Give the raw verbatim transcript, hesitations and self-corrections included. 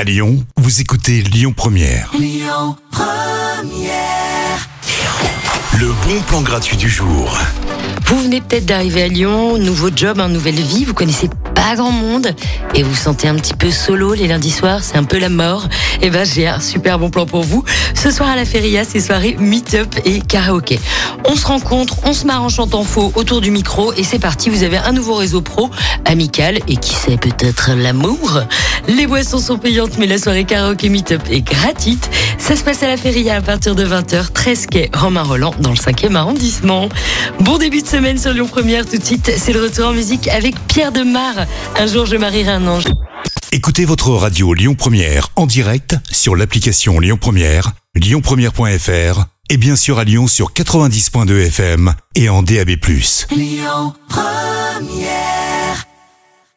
À Lyon, vous écoutez Lyon Première. Lyon Première. Le bon plan gratuit du jour. Vous venez peut-être d'arriver à Lyon, nouveau job, une nouvelle vie, vous connaissez pas grand monde et vous vous sentez un petit peu solo les lundis soirs, c'est un peu la mort. Eh ben j'ai un super bon plan pour vous. Ce soir à la Feria, c'est soirée meet-up et karaoké. On se rencontre, on se marre en chantant faux autour du micro et c'est parti, vous avez un nouveau réseau pro, amical et qui sait peut-être l'amour. Les boissons sont payantes mais la soirée karaoké meet-up est gratuite. Ça se passe à la Feria à partir de vingt heures, treize quai Romain-Rolland dans le cinquième arrondissement. Bon début de semaine sur Lyon Première, tout de suite, c'est le retour en musique avec Pierre Demar. Un jour je marierai un ange. Écoutez votre radio Lyon Première en direct sur l'application Lyon Première, lyon première point f r et bien sûr à Lyon sur quatre-vingt-dix point deux F M et en D A B plus. Lyon Première.